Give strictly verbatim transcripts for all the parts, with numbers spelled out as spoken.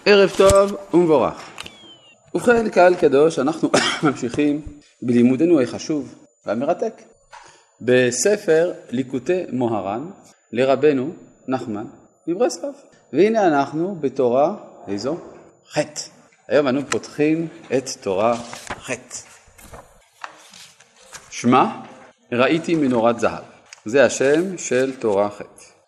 ערב טוב ומבורך. ובכן, קהל קדוש, אנחנו ממשיכים בלימודנו החשוב והמרתק בספר ליקוטי מוהר"ן לרבנו נחמן מברסלב. והנה אנחנו בתורה איזו? ח'. היום אנו פותחים את תורה ח'. שמה ראיתי מנורת זהב. זה השם של תורה ח'.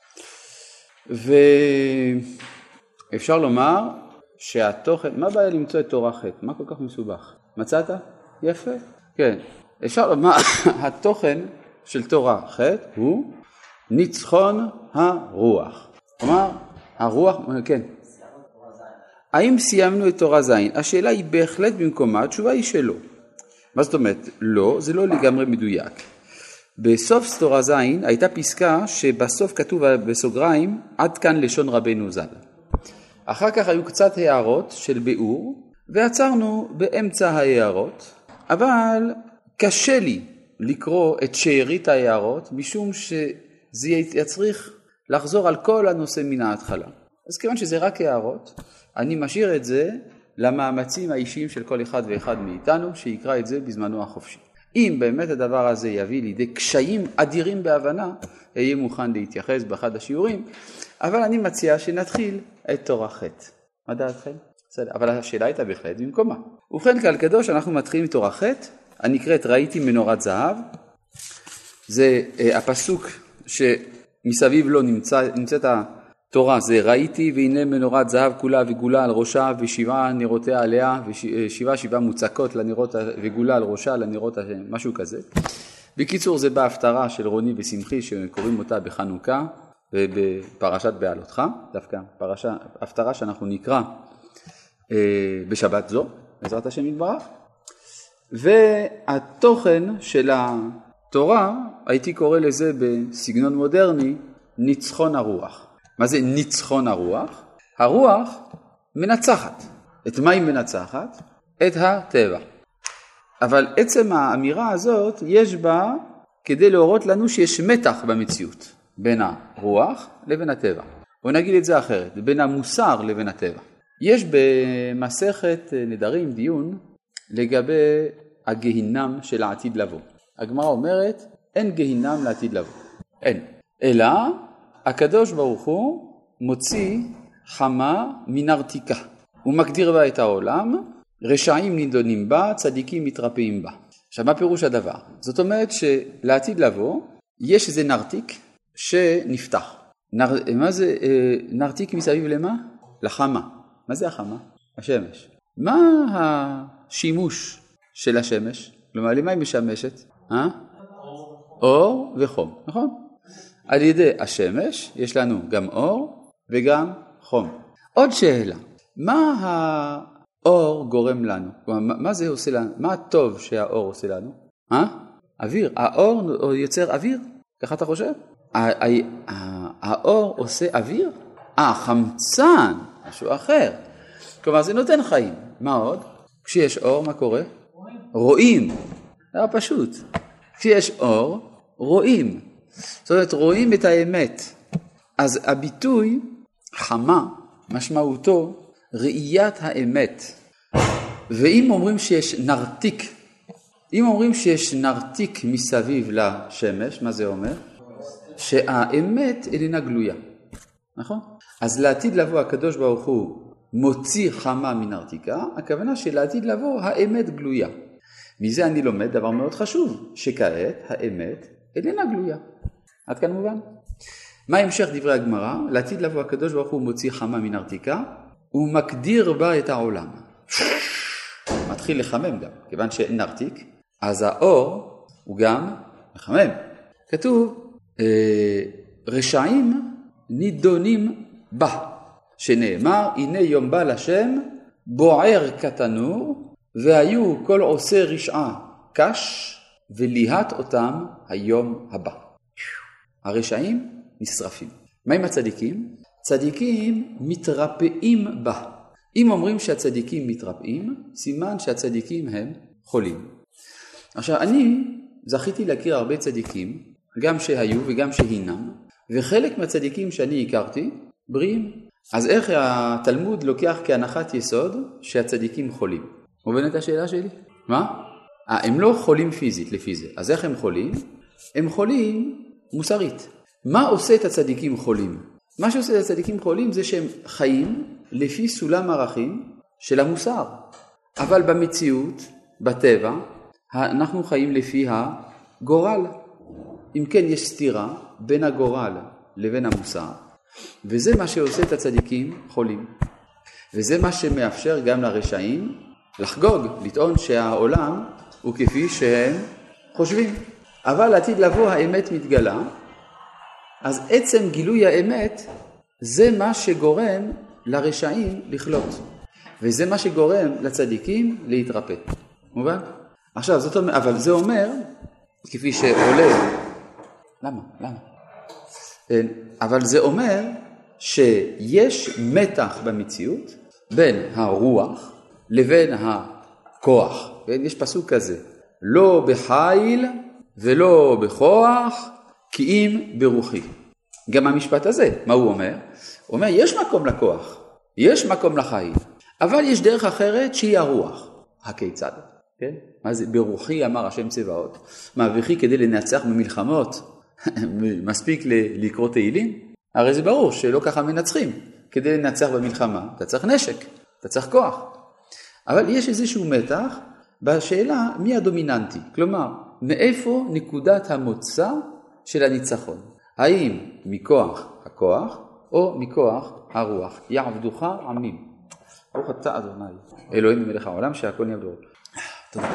ואפשר לומר שהתוכן, מה בעיה למצוא את תורה ח'? מה כל כך מסובך? מצאת? יפה. כן. אפשר לומר, התוכן של תורה ח' הוא ניצחון הרוח. כלומר, הרוח, כן. האם סיימנו את תורה ז'? השאלה היא בהחלט במקומה, התשובה היא שלא. מה זאת אומרת? לא, זה לא לגמרי מדויק. בסוף תורה ז' הייתה פסקה שבסוף כתוב בסוגריים, עד כאן לשון רבנו ז"ל. אחר כך היו קצת הערות של ביאור, ועצרנו באמצע ההערות, אבל קשה לי לקרוא את שארית ההערות, משום שזה יצריך לחזור על כל הנושא מן ההתחלה. אז כיוון שזה רק הערות, אני משאיר את זה למאמצים האישיים של כל אחד ואחד מאיתנו, שיקרא את זה בזמנו החופשי. אם באמת הדבר הזה יביא לידי קשיים אדירים בהבנה, אהיה מוכן להתייחס באחד השיעורים, אבל אני מציע שנתחיל את תורה ח'. מה דעתכם? בסדר, אבל השאלה הייתה בהחלט במקומה. ובכן, קהל קדוש, אנחנו מתחילים את תורה ח', הנקראת ראיתי מנורת זהב. זה אה, הפסוק שמסביב לו נמצא, נמצאת התורה, זה ראיתי והנה מנורת זהב כולה וגולה על ראשה ושבעה נרותיה עליה ושבעה שבעה מוצקות לנרות וגולה על ראשה לנרות, משהו כזה. בקיצור, זה בהפטרה של רוני ושמחי שקוראים אותה בחנוכה ובפרשת בעלותך, דווקא פרשה, הפטרה שאנחנו נקרא אה, בשבת זו, בעזרת השם יתברך. והתוכן של התורה, הייתי קורא לזה בסגנון מודרני, ניצחון הרוח. מה זה ניצחון הרוח? הרוח מנצחת. את מה היא מנצחת? את הטבע. אבל עצם האמירה הזאת יש בה כדי להורות לנו שיש מתח במציאות בין הרוח לבין הטבע. בוא נגיד את זה אחרת, בין המוסר לבין הטבע. יש במסכת נדרים דיון לגבי הגהינם של העתיד לבוא. הגמרא אומרת, אין גהינם לעתיד לבוא. אין. אלא הקדוש ברוך הוא מוציא חמה מנרתיקה. הוא מגדיר בה את העולם, רשעים נידונים בה, צדיקים מתרפאים בה. עכשיו, מה פירוש הדבר? זאת אומרת שלעתיד לבוא, יש איזה נרתיק שנפתח. נר... מה זה נרתיק מסביב למה? לחמה. מה זה החמה? השמש. מה השימוש של השמש? כלומר, למה היא משמשת? אה? אור וחום, נכון? על ידי השמש יש לנו גם אור וגם חום. עוד שאלה, מה האור גורם לנו? כלומר, מה זה עושה לנו? מה הטוב שהאור עושה לנו? אה? אוויר. האור יוצר אוויר? ככה אתה חושב? האור עושה אוויר? אה, חמצן, משהו אחר. כלומר, זה נותן חיים. מה עוד? כשיש אור, מה קורה? רואים. זה פשוט. כשיש אור, רואים. זאת אומרת, רואים את האמת. אז הביטוי חמה, משמעותו ראיית האמת. ואם אומרים שיש נרתיק, אם אומרים שיש נרתיק מסביב לשמש, מה זה אומר? שהאמת איננה גלויה. נכון? אז לעתיד לבוא הקדוש ברוך הוא מוציא חמה מנרתיקה, הכוונה שלעתיד לבוא האמת גלויה. מזה אני לומד דבר מאוד חשוב, שכעת האמת איננה גלויה. עד כאן מובן? מה המשך דברי הגמרא? לעתיד לבוא הקדוש ברוך הוא מוציא חמה מנרתיקה, הוא מקדיר בה את העולם. מתחיל לחמם גם, כיוון שאין נרתיק, אז האור הוא גם מחמם. כתוב, אה, רשעים נידונים בה, שנאמר, הנה יום בא לשם, בוער כתנור, והיו כל עושה רשעה קש, וליהט אותם היום הבא. הרשעים נשרפים. מה עם הצדיקים? צדיקים מתרפאים בה. אם אומרים שהצדיקים מתרפאים, סימן שהצדיקים הם חולים. עכשיו, אני זכיתי להכיר הרבה צדיקים, גם שהיו וגם שהינם, וחלק מהצדיקים שאני הכרתי, בריאים. אז איך התלמוד לוקח כהנחת יסוד שהצדיקים חולים? מובן את השאלה שלי? מה? אה, הם לא חולים פיזית לפי זה. אז איך הם חולים? הם חולים מוסרית. מה עושה את הצדיקים חולים? מה שעושה את הצדיקים חולים זה שהם חיים לפי סולם ערכים של המוסר. אבל במציאות, בטבע, אנחנו חיים לפי הגורל. אם כן, יש סתירה בין הגורל לבין המוסר, וזה מה שעושה את הצדיקים חולים. וזה מה שמאפשר גם לרשעים לחגוג, לטעון שהעולם הוא כפי שהם חושבים. אבל עתיד לבוא האמת מתגלה, אז עצם גילוי האמת זה מה שגורם לרשעים לחלות. וזה מה שגורם לצדיקים להתרפא. מובן? עכשיו, זאת אומרת, אבל זה אומר, כפי שעולה, למה? למה? אבל זה אומר שיש מתח במציאות בין הרוח לבין הכוח. יש פסוק כזה, לא בחיל ולא בכוח, כי אם ברוחי. גם המשפט הזה, מה הוא אומר? הוא אומר, יש מקום לכוח, יש מקום לחיים, אבל יש דרך אחרת שהיא הרוח. הכיצד? כן? מה זה? ברוחי אמר השם צבאות. מה, וכי כדי לנצח במלחמות, מספיק לקרוא תהילים? הרי זה ברור שלא ככה מנצחים. כדי לנצח במלחמה, אתה צריך נשק, אתה צריך כוח. אבל יש איזשהו מתח בשאלה מי הדומיננטי. כלומר, מאיפה נקודת המוצא של הניצחון? האם מכוח הכוח או מכוח הרוח? יעבדוך עמים. ברוך אתה אדוני, אלוהים מלך העולם שהכל נהיה בדברו. תודה.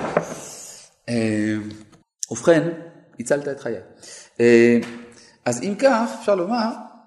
ובכן, הצלת את חיי. אז אם כך, אפשר לומר,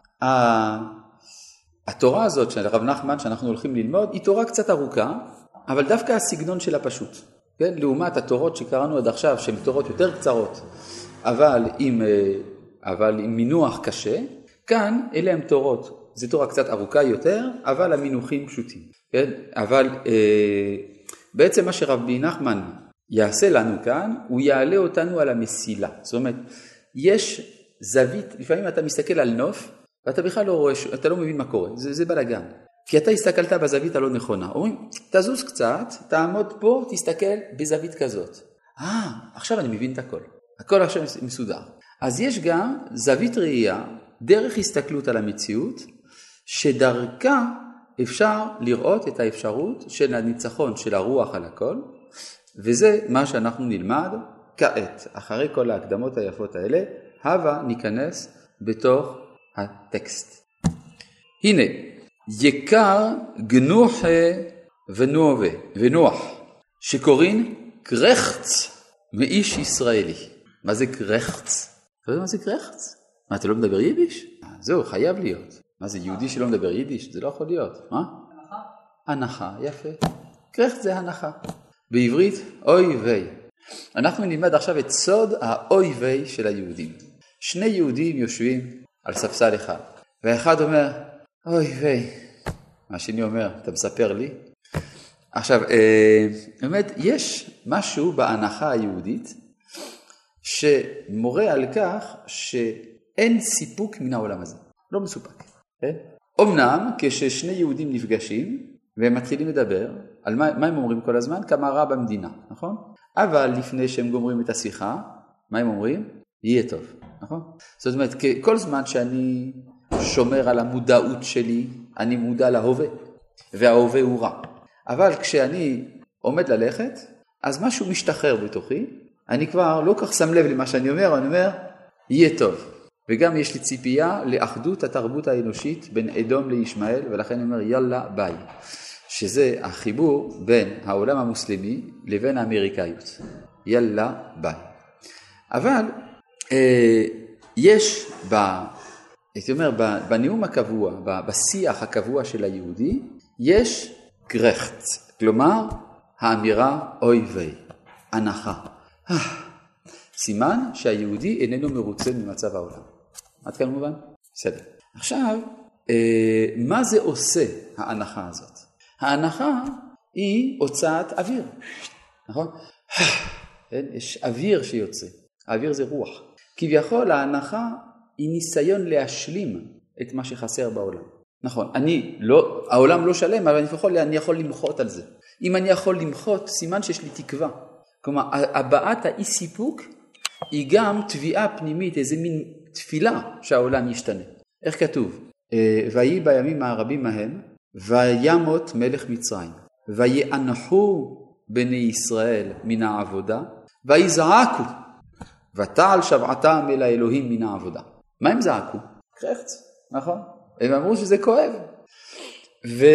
התורה הזאת של הרב נחמן שאנחנו הולכים ללמוד, היא תורה קצת ארוכה, אבל דווקא הסגנון שלה פשוט. כן? לעומת התורות שקראנו עד עכשיו, שהן תורות יותר קצרות, אבל עם, אבל עם מינוח קשה, כאן אלה הן תורות. זו תורה קצת ארוכה יותר, אבל המינוחים פשוטים. כן? אבל אה, בעצם מה שרבי נחמן יעשה לנו כאן, הוא יעלה אותנו על המסילה. זאת אומרת, יש זווית, לפעמים אתה מסתכל על נוף, ואתה בכלל לא רואה, אתה לא מבין מה קורה, זה, זה בלגן. כי אתה הסתכלת בזווית הלא נכונה. אומרים, תזוז קצת, תעמוד פה, תסתכל בזווית כזאת. אה, עכשיו אני מבין את הכל. הכל עכשיו מסודר. אז יש גם זווית ראייה, דרך הסתכלות על המציאות, שדרכה אפשר לראות את האפשרות של הניצחון של הרוח על הכל, וזה מה שאנחנו נלמד כעת. אחרי כל ההקדמות היפות האלה, הווה ניכנס בתוך הטקסט. הנה, יקר גנוחה ונובה, ונוח, שקוראים קרחץ מאיש ישראלי. מה זה קרחץ? אתה יודע מה זה קרחץ? מה, אתה לא מדבר יידיש? זהו, חייב להיות. מה זה, יהודי שלא מדבר יידיש? זה לא יכול להיות. מה? הנחה. הנחה, יפה. קרחץ זה הנחה. בעברית, אוי וי. אנחנו נלמד עכשיו את סוד האוי וי של היהודים. שני יהודים יושבים על ספסל אחד, ואחד אומר, אוי וי. השני אומר, אתה מספר לי? עכשיו, באמת, יש משהו בהנחה היהודית, שמורה על כך שאין סיפוק מן העולם הזה. לא מסופק. אמנם, כששני יהודים נפגשים, והם מתחילים לדבר, על מה, מה הם אומרים כל הזמן? כמה רע במדינה, נכון? אבל לפני שהם גומרים את השיחה, מה הם אומרים? יהיה טוב, נכון? זאת אומרת, כל זמן שאני שומר על המודעות שלי, אני מודע להווה, וההווה הוא רע. אבל כשאני עומד ללכת, אז משהו משתחרר בתוכי, אני כבר לא כך שם לב למה שאני אומר, אני אומר, יהיה טוב. וגם יש לי ציפייה לאחדות התרבות האנושית בין אדום לישמעאל, ולכן אני אומר, יאללה, ביי. שזה החיבור בין העולם המוסלמי לבין האמריקאיות. יאללה, ביי. אבל אה, יש, ב, הייתי אומר, בנאום הקבוע, בשיח הקבוע של היהודי, יש קרחץ, כלומר, האמירה אוי וי, הנחה. סימן שהיהודי איננו מרוצה ממצב העולם. עד כאן מובן? בסדר. עכשיו, אה, מה זה עושה ההנחה הזאת? ההנחה היא הוצאת אוויר, נכון? יש אוויר שיוצא, האוויר זה רוח. כביכול ההנחה היא ניסיון להשלים את מה שחסר בעולם. נכון, אני לא, העולם לא שלם, אבל אני יכול, אני יכול למחות על זה. אם אני יכול למחות, סימן שיש לי תקווה. כלומר, הבעת האי סיפוק היא גם תביעה פנימית, איזה מין תפילה שהעולם ישתנה. איך כתוב? ויהי בימים הרבים ההם, וימות מלך מצרים, ויאנחו בני ישראל מן העבודה, ויזעקו, ותעל שבעתם אל האלוהים מן העבודה. מה הם זעקו? קרחץ, נכון? הם אמרו שזה כואב. ו...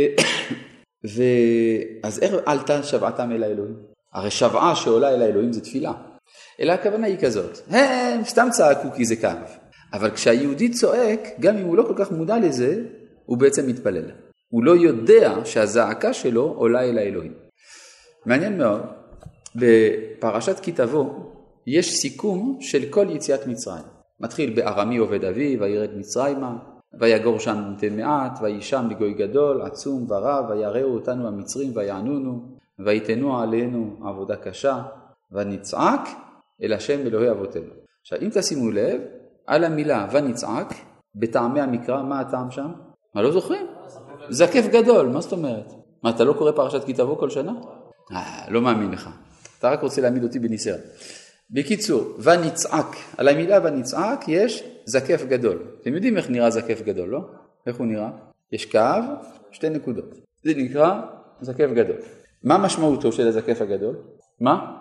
ו... אז איך עלתה שבעתם אל האלוהים? הרי שבעה שעולה אל האלוהים זה תפילה. אלא הכוונה היא כזאת, הם סתם צעקו כי זה כאב. אבל כשהיהודי צועק, גם אם הוא לא כל כך מודע לזה, הוא בעצם מתפלל. הוא לא יודע שהזעקה שלו עולה אל האלוהים. מעניין מאוד, בפרשת כי תבוא, יש סיכום של כל יציאת מצרים. מתחיל בארמי עובד אבי, וירד מצרימה, ויגור שם מתי מעט, וישם בגוי גדול, עצום ורב, ויראו אותנו המצרים ויענונו, ויתנו עלינו עבודה קשה, ונצעק אל השם אלוהי אבותינו. עכשיו, אם תשימו לב, על המילה ונצעק, בטעמי המקרא, מה הטעם שם? מה לא זוכרים? זקף גדול, מה זאת אומרת? מה, אתה לא קורא פרשת כי תבוא כל שנה? אה, לא מאמין לך. אתה רק רוצה להעמיד אותי בניסיון. בקיצור, ונצעק, על המילה ונצעק יש זקף גדול. אתם יודעים איך נראה זקף גדול, לא? איך הוא נראה? יש קו, שתי נקודות. זה נקרא זקף גדול. מה משמעותו של הזקף הגדול? מה?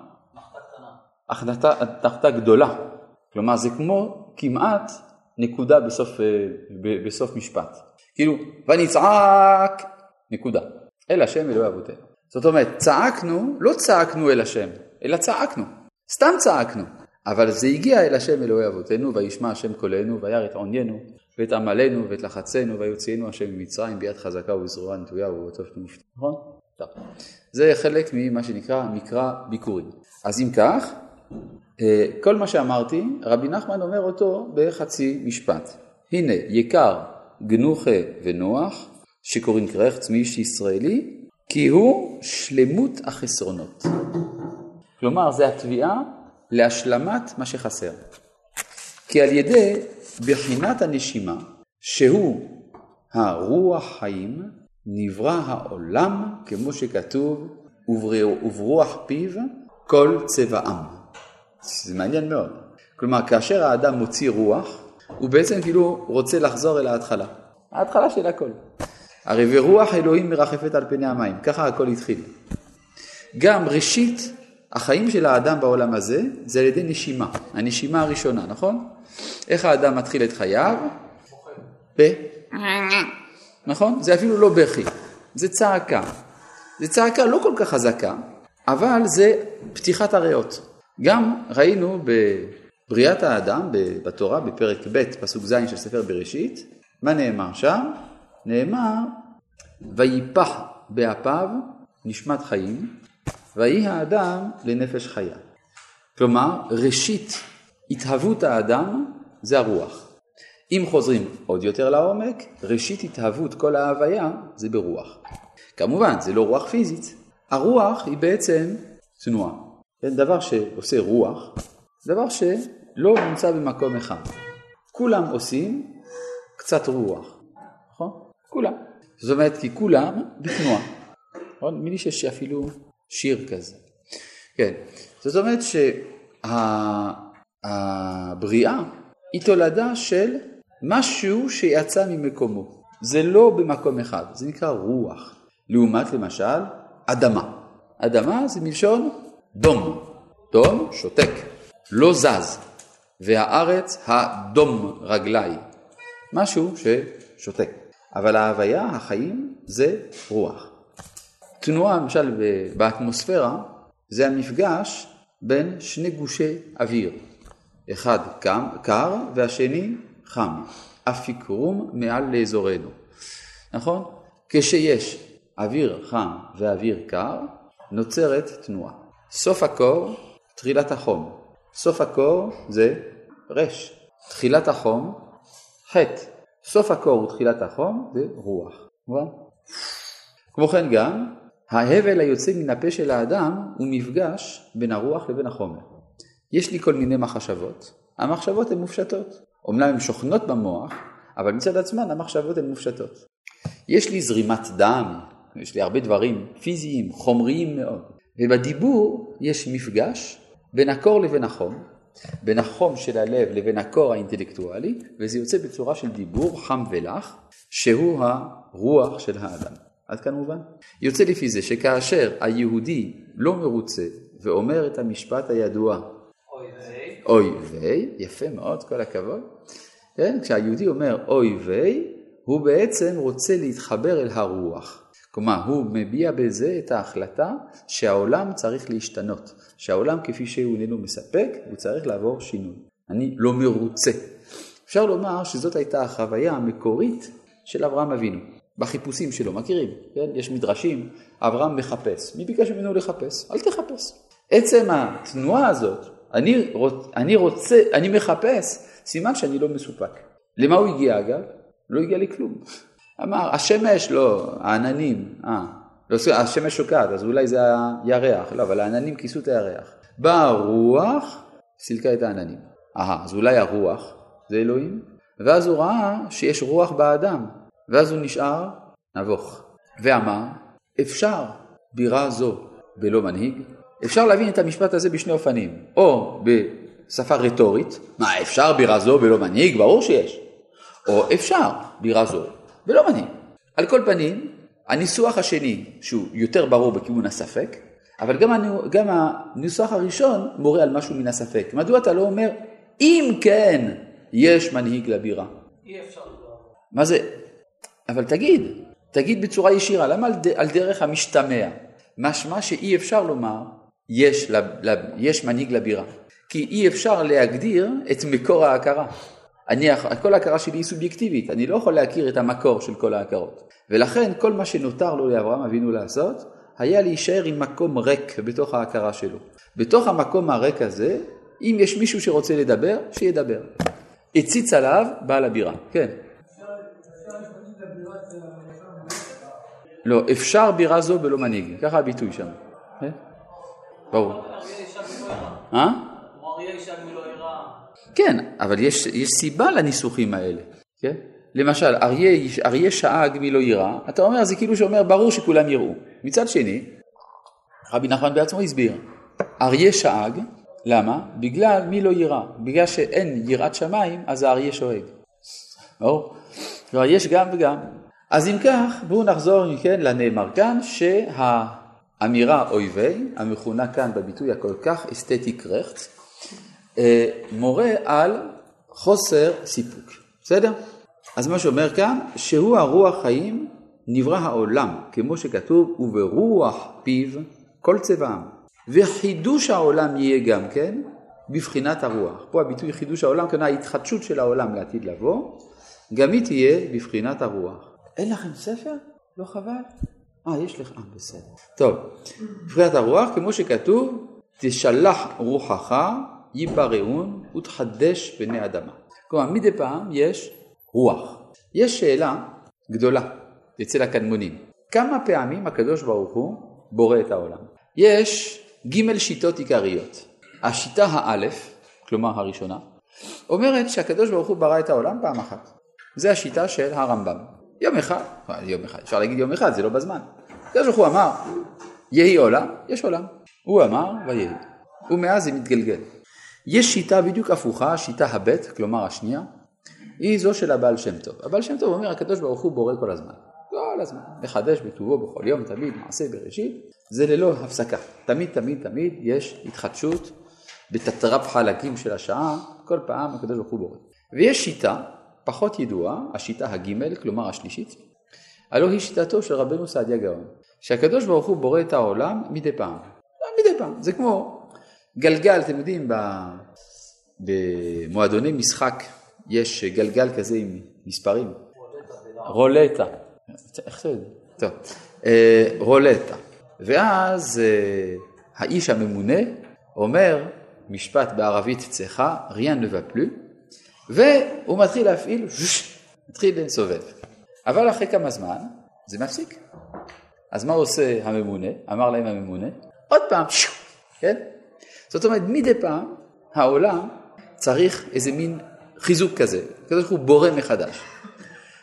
נחתה קטנה. נחתה גדולה. כלומר, זה כמו כמעט נקודה בסוף, בסוף משפט. כאילו, ונצעק, נקודה. אל השם אלוהי אבותינו. זאת אומרת, צעקנו, לא צעקנו אל השם, אלא צעקנו. סתם צעקנו. אבל זה הגיע אל השם אלוהי אבותינו, וישמע השם קולנו, וירא את עוניינו, ואת עמלנו, ואת לחצנו, ויוציאנו השם ממצרים, ביד חזקה ובזרוע נטויה ובטוב מופת. נכון? טוב. זה חלק ממה שנקרא מקרא ביקורים. אז אם כך, כל מה שאמרתי, רבי נחמן אומר אותו בחצי משפט. הנה, יקר, גנוחה ונוח, שקוראים קרחץ מאיש ישראלי, כי הוא שלמות החסרונות. כלומר, זה התביעה להשלמת מה שחסר. כי על ידי בחינת הנשימה, שהוא הרוח חיים, נברא העולם, כמו שכתוב, וברוח פיו כל צבעם. זה מעניין מאוד. כלומר, כאשר האדם מוציא רוח, הוא בעצם כאילו רוצה לחזור אל ההתחלה. ההתחלה של הכל. הרי ורוח אלוהים מרחפת על פני המים. ככה הכל התחיל. גם ראשית, החיים של האדם בעולם הזה, זה על ידי נשימה. הנשימה הראשונה, נכון? איך האדם מתחיל את חייו? ב... נכון? זה אפילו לא בכי. זה צעקה. זה צעקה לא כל כך חזקה, אבל זה פתיחת הריאות. גם ראינו בבריאת האדם, בתורה, בפרק ב' פסוק ז' של ספר בראשית, מה נאמר שם? נאמר, ויפח באפיו נשמת חיים, ויהי האדם לנפש חיה. כלומר, ראשית התהוות האדם זה הרוח. אם חוזרים עוד יותר לעומק, ראשית התהוות כל ההוויה זה ברוח. כמובן, זה לא רוח פיזית. הרוח היא בעצם תנועה. דבר שעושה רוח, דבר שלא נמצא במקום אחד. כולם עושים קצת רוח. נכון? כולם. זאת אומרת, כי כולם בתנועה. נכון? מילי שיש אפילו שיר כזה. כן. זאת אומרת שהבריאה היא תולדה של משהו שיצא ממקומו. זה לא במקום אחד. זה נקרא רוח. לעומת למשל, אדמה. אדמה זה מלשון דום. דום שותק. לא זז. והארץ הדום רגלי. משהו ששותק. אבל ההוויה, החיים, זה רוח. תנועה, למשל, באטמוספירה, זה המפגש בין שני גושי אוויר. אחד קר והשני חם. אפיקרום מעל לאזורנו. נכון? כשיש אוויר חם ואוויר קר, נוצרת תנועה. סוף הקור, תחילת החום. סוף הקור זה רש. תחילת החום, חטא. סוף הקור ותחילת החום זה רוח. כמו כן גם, ההבל היוצא מן הפה של האדם הוא מפגש בין הרוח לבין החומר. יש לי כל מיני מחשבות. המחשבות הן מופשטות. אומנם הן שוכנות במוח, אבל מצד עצמן המחשבות הן מופשטות. יש לי זרימת דם, יש לי הרבה דברים פיזיים, חומריים מאוד, ובדיבור יש מפגש בין הקור לבין החום, בין החום של הלב לבין הקור האינטלקטואלי, וזה יוצא בצורה של דיבור חם ולח, שהוא הרוח של האדם. עד כאן מובן? יוצא לפי זה שכאשר היהודי לא מרוצה ואומר את המשפט הידוע, אוי ויי, אוי ויי, יפה מאוד, כל הכבוד. כן? כשהיהודי אומר אוי ויי, הוא בעצם רוצה להתחבר אל הרוח. כלומר, הוא מביע בזה את ההחלטה שהעולם צריך להשתנות. שהעולם כפי שהוא איננו מספק, הוא צריך לעבור שינוי. אני לא מרוצה. אפשר לומר שזאת הייתה החוויה המקורית של אברהם אבינו. בחיפושים שלו, מכירים? כן? יש מדרשים, אברהם מחפש. מי ביקש ממנו לחפש? אל תחפש. עצם התנועה הזאת, אני, אני רוצה, אני מחפש, סימן שאני לא מסופק. למה הוא הגיע אגב? לא הגיע לי כלום. אמר, השמש לא, העננים, אה, לא, השמש שוקעת, אז אולי זה הירח, לא, אבל העננים כיסו את הירח. באה הרוח, סילקה את העננים. אה, אז אולי הרוח זה אלוהים, ואז הוא ראה שיש רוח באדם, ואז הוא נשאר נבוך. ואמר, אפשר בירה זו בלא מנהיג, אפשר להבין את המשפט הזה בשני אופנים, או בשפה רטורית, מה אפשר בירה זו בלא מנהיג? ברור שיש. או אפשר בירה זו בלא מנהיג. על כל פנים, הניסוח השני, שהוא יותר ברור בכיוון הספק, אבל גם, גם הניסוח הראשון מורה על משהו מן הספק. מדוע אתה לא אומר, אם כן יש מנהיג לבירה? אי אפשר לא. מה זה? אבל תגיד, תגיד בצורה ישירה, למה על, ד, על דרך המשתמע? משמע שאי אפשר לומר, יש, לב, לב, יש מנהיג לבירה. כי אי אפשר להגדיר את מקור ההכרה. אני, כל ההכרה שלי היא סובייקטיבית, אני לא יכול להכיר את המקור של כל ההכרות. ולכן כל מה שנותר לו לאברהם אבינו לעשות, היה להישאר עם מקום ריק בתוך ההכרה שלו. בתוך המקום הריק הזה, אם יש מישהו שרוצה לדבר, שידבר. הציץ עליו בעל הבירה. כן. לא, אפשר בירה זו בלא מנהיג. ככה הביטוי שם. ברור. אה? כן, אבל יש, יש סיבה לניסוחים האלה. כן? למשל, אריה, אריה שאג מי לא יראה, אתה אומר, זה כאילו שאומר, ברור שכולם יראו. מצד שני, רבי נחמן בעצמו הסביר, אריה שאג, למה? בגלל מי לא יראה. בגלל שאין יראת שמיים, אז האריה שואג. ברור? כבר יש גם וגם. אז אם כך, בואו נחזור כן, לנאמר כאן, שהאמירה אויבי, המכונה כאן בביטוי הכל כך אסתטי קרחט, מורה על חוסר סיפוק. בסדר? אז מה שאומר כאן, שהוא הרוח חיים נברא העולם, כמו שכתוב, וברוח פיו כל צבעם. וחידוש העולם יהיה גם כן, בבחינת הרוח. פה הביטוי חידוש העולם, כאן ההתחדשות של העולם לעתיד לבוא, גם היא תהיה בבחינת הרוח. אין לכם ספר? לא חבל? אה, יש לך, אה, בסדר. טוב, בבחינת הרוח, כמו שכתוב, תשלח רוחך, ייבראון ותחדש פני אדמה. כלומר, מדי פעם יש רוח. יש שאלה גדולה אצל הקדמונים. כמה פעמים הקדוש ברוך הוא בורא את העולם? יש ג' שיטות עיקריות. השיטה האלף, כלומר הראשונה, אומרת שהקדוש ברוך הוא ברא את העולם פעם אחת. זה השיטה של הרמב"ם. יום אחד, יום אחד, אפשר להגיד יום אחד, זה לא בזמן. הקדוש ברוך הוא אמר, יהי עולם, יש עולם. הוא אמר, ויהי. ומאז זה מתגלגל. יש שיטה בדיוק הפוכה, שיטה הבית, כלומר השנייה, היא זו של הבעל שם טוב. הבעל שם טוב אומר, הקדוש ברוך הוא בורא כל הזמן. כל הזמן. מחדש בטובו בכל יום, תמיד, מעשה בראשית. זה ללא הפסקה. תמיד, תמיד, תמיד יש התחדשות בתטרף חלקים של השעה. כל פעם הקדוש ברוך הוא בורא. ויש שיטה פחות ידועה, השיטה הגימל, כלומר השלישית. הלא היא שיטתו של רבנו סעדיה גאון. שהקדוש ברוך הוא בורא את העולם מדי פעם. מדי פעם. זה כמו גלגל, אתם יודעים, במועדוני משחק יש גלגל כזה עם מספרים. רולטה. איך זה יודע? טוב. רולטה. ואז האיש הממונה אומר משפט בערבית צחה, rien ne va plus, והוא מתחיל להפעיל, מתחיל לסובב. אבל אחרי כמה זמן זה מפסיק. אז מה עושה הממונה? אמר להם הממונה, עוד פעם, כן? זאת אומרת, מדי פעם העולם צריך איזה מין חיזוק כזה, כזה שהוא בורא מחדש.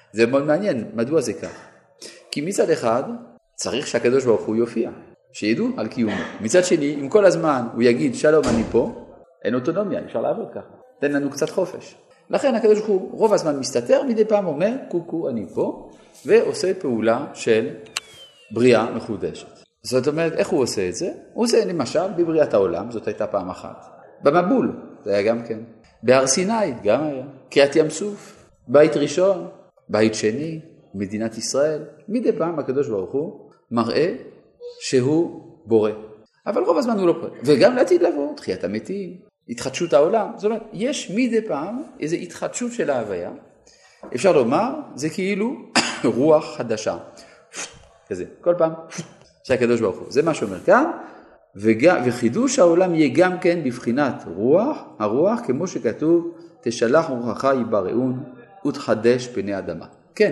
זה מאוד מעניין, מדוע זה כך? כי מצד אחד צריך שהקדוש ברוך הוא יופיע, שידעו על קיומו. מצד שני, אם כל הזמן הוא יגיד שלום אני פה, אין אוטונומיה, אפשר לעבוד ככה. תן לנו קצת חופש. לכן הקדוש ברוך הוא רוב הזמן מסתתר, מדי פעם אומר קוקו אני פה, ועושה פעולה של בריאה מחודשת. זאת אומרת, איך הוא עושה את זה? הוא עושה למשל בבריאת העולם, זאת הייתה פעם אחת. במבול, זה היה גם כן. בהר סיני, גם היה. קריאת ים סוף, בית ראשון, בית שני, מדינת ישראל. מדי פעם הקדוש ברוך הוא מראה שהוא בורא. אבל רוב הזמן הוא לא פועל. וגם לעתיד לבוא, תחיית המתים, התחדשות העולם. זאת אומרת, יש מדי פעם איזו התחדשות של ההוויה. אפשר לומר, זה כאילו רוח חדשה. כזה, כל פעם שהקדוש ברוך הוא. זה מה שאומר כאן. וגם, וחידוש העולם יהיה גם כן בבחינת רוח, הרוח כמו שכתוב, תשלח רוחך יבראון ותחדש פני אדמה. כן.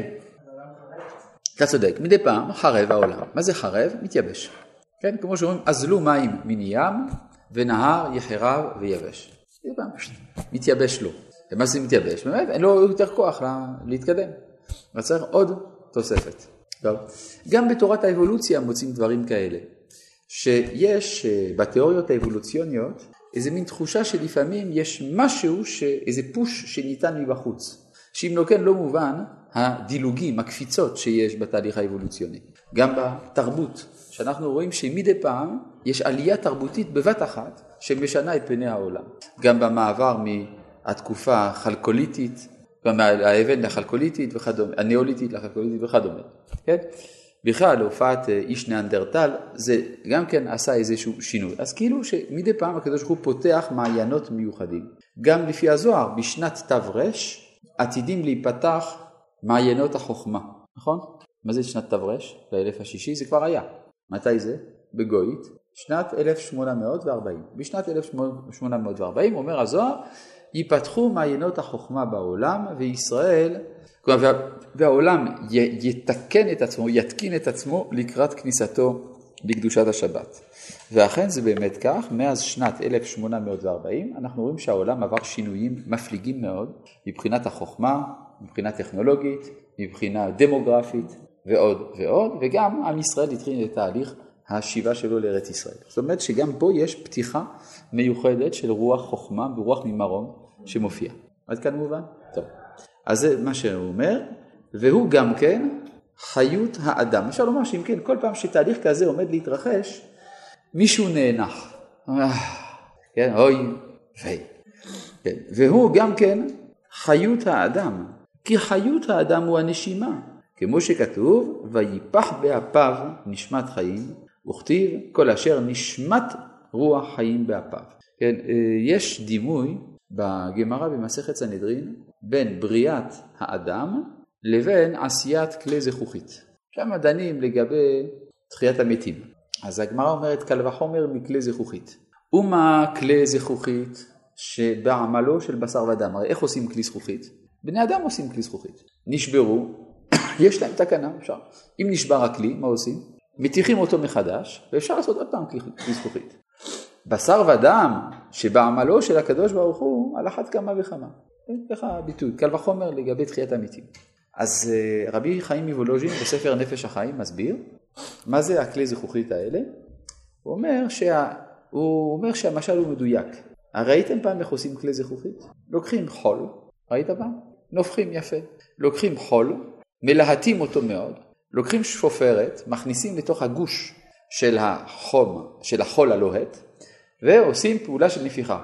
אתה צודק, מדי פעם חרב העולם. מה זה חרב? מתייבש. כן, כמו שאומרים, אזלו מים מן ים ונהר יחרב ויבש. מדי פעם, מתייבש לו. ומה זה מתייבש? באמת, אין לו יותר כוח לה, להתקדם. וצריך עוד תוספת. טוב. גם בתורת האבולוציה מוצאים דברים כאלה. שיש בתיאוריות האבולוציוניות איזה מין תחושה שלפעמים יש משהו, ש... איזה פוש שניתן מבחוץ. שאם לא כן לא מובן, הדילוגים, הקפיצות שיש בתהליך האבולוציוני. גם בתרבות, שאנחנו רואים שמדי פעם יש עלייה תרבותית בבת אחת שמשנה את פני העולם. גם במעבר מהתקופה החלקוליטית, מהאבן לחלקוליטית וכדומה, הנאוליטית לחלקוליטית וכדומה. כן? בכלל, להופעת איש נאנדרטל, זה גם כן עשה איזשהו שינוי. אז כאילו שמדי פעם הקדוש ברוך הוא פותח מעיינות מיוחדים. גם לפי הזוהר, בשנת תר"ש, עתידים להיפתח מעיינות החוכמה. נכון? מה זה שנת תר"ש? לאלף השישי, זה כבר היה. מתי זה? בגוית, שנת אלף שמונה מאות וארבעים. בשנת אלף שמונה מאות וארבעים, אומר הזוהר, ייפתחו מעיינות החוכמה בעולם, וישראל, כלומר, והעולם יתקן את עצמו, יתקין את עצמו לקראת כניסתו לקדושת השבת. ואכן זה באמת כך, מאז שנת אלף שמונה מאות וארבעים, אנחנו רואים שהעולם עבר שינויים מפליגים מאוד, מבחינת החוכמה, מבחינה טכנולוגית, מבחינה דמוגרפית ועוד ועוד, וגם עם ישראל התחיל את תהליך השיבה שלו לארץ ישראל. זאת אומרת שגם פה יש פתיחה מיוחדת של רוח חוכמה ורוח ממרום שמופיע. עד כאן מובן? טוב. אז זה מה שהוא אומר, והוא גם כן חיות האדם. אפשר לומר שאם כן, כל פעם שתהליך כזה עומד להתרחש, מישהו נאנח. כן, אוי, וי. כן. והוא גם כן חיות האדם, כי חיות האדם הוא הנשימה. כמו שכתוב, ויפח באפיו נשמת חיים, וכתיב כל אשר נשמת רוח חיים באפיו. כן, יש דימוי בגמרא במסכת סנהדרין, בין בריאת האדם לבין עשיית כלי זכוכית. שם דנים לגבי תחיית המתים. אז הגמרא אומרת קל וחומר מכלי זכוכית. ומה כלי זכוכית שבעמלו של בשר ודם? הרי איך עושים כלי זכוכית? בני אדם עושים כלי זכוכית. נשברו, יש להם תקנה, אפשר. אם נשבר הכלי, מה עושים? מתיחים אותו מחדש, ואפשר לעשות עוד פעם כלי זכוכית. בשר ודם שבעמלו של הקדוש ברוך הוא על אחת כמה וכמה. ככה ביטוי, קל וחומר לגבי תחיית המתים. אז רבי חיים מוולוז'ין בספר נפש החיים מסביר מה זה הכלי זכוכית האלה. הוא אומר, שה... הוא אומר שהמשל הוא מדויק. ראיתם פעם איך עושים כלי זכוכית? לוקחים חול, ראית פעם? נופחים יפה. לוקחים חול, מלהטים אותו מאוד, לוקחים שפופרת, מכניסים לתוך הגוש של החום, של החול הלוהט, ועושים פעולה של נפיחה.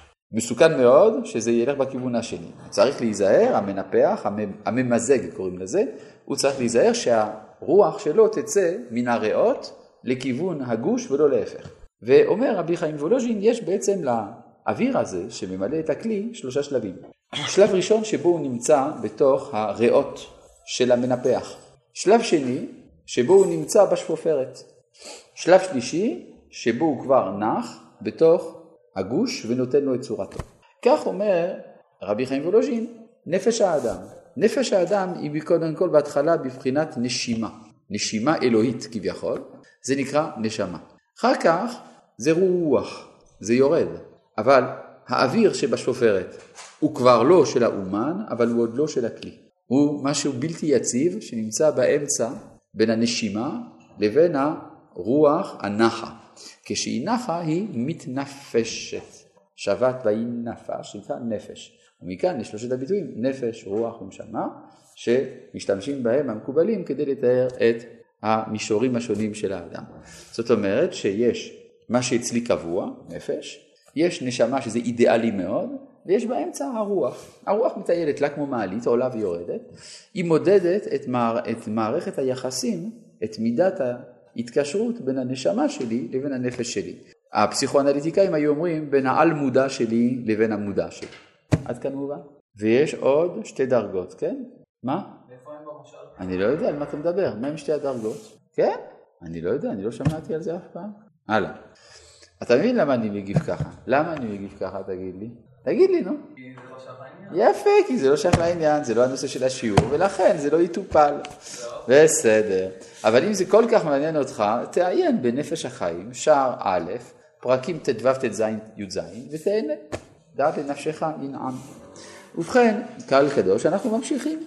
מסוכן מאוד שזה ילך בכיוון השני. צריך להיזהר, המנפח, הממזג קוראים לזה, הוא צריך להיזהר שהרוח שלו תצא מן הריאות לכיוון הגוש ולא להפך. ואומר רבי חיים וולוז'ין, יש בעצם לאוויר הזה שממלא את הכלי שלושה שלבים. שלב ראשון שבו הוא נמצא בתוך הריאות של המנפח. שלב שני שבו הוא נמצא בשפופרת. שלב שלישי שבו הוא כבר נח בתוך הגוש ונותן לו את צורתו. כך אומר רבי חיים וולוז'ין, נפש האדם. נפש האדם היא קודם כל בהתחלה בבחינת נשימה. נשימה אלוהית כביכול, זה נקרא נשמה. אחר כך זה רוח, זה יורד. אבל האוויר שבשופרת הוא כבר לא של האומן, אבל הוא עוד לא של הכלי. הוא משהו בלתי יציב שנמצא באמצע בין הנשימה לבין הרוח הנחה. כשהיא נחה היא מתנפשת. שבת והיא נפה, שנקרא נפש. ומכאן יש שלושת הביטויים, נפש, רוח ונשמה, שמשתמשים בהם המקובלים כדי לתאר את המישורים השונים של האדם. זאת אומרת שיש מה שאצלי קבוע, נפש, יש נשמה שזה אידיאלי מאוד, ויש באמצע הרוח. הרוח מטיילת לה כמו מעלית, עולה ויורדת. היא מודדת את, מער, את מערכת היחסים, את מידת ההתקשרות בין הנשמה שלי לבין הנפש שלי. הפסיכואנליטיקאים היו אומרים בין העל מודע שלי לבין המודע שלי. עד כאן מובן? ויש עוד שתי דרגות, כן? מה? איפה הם במשל? אני לא יודע על מה אתה מדבר. מה עם שתי הדרגות? כן? אני לא יודע, אני לא שמעתי על זה אף פעם. הלאה. אתה מבין למה אני מגיב ככה? למה אני מגיב ככה, תגיד לי? תגיד לי, נו. כי זה לא שייך לעניין. יפה, כי זה לא שייך לעניין, זה לא הנושא של השיעור, ולכן זה לא יטופל. בסדר. אבל אם זה כל כך מעניין אותך, תעיין בנפש החיים, שער א', פרקים ט' ו' ט' ז' י' ז', ותהנה. דעת לנפשך ינעם. ובכן, קהל קדוש, אנחנו ממשיכים.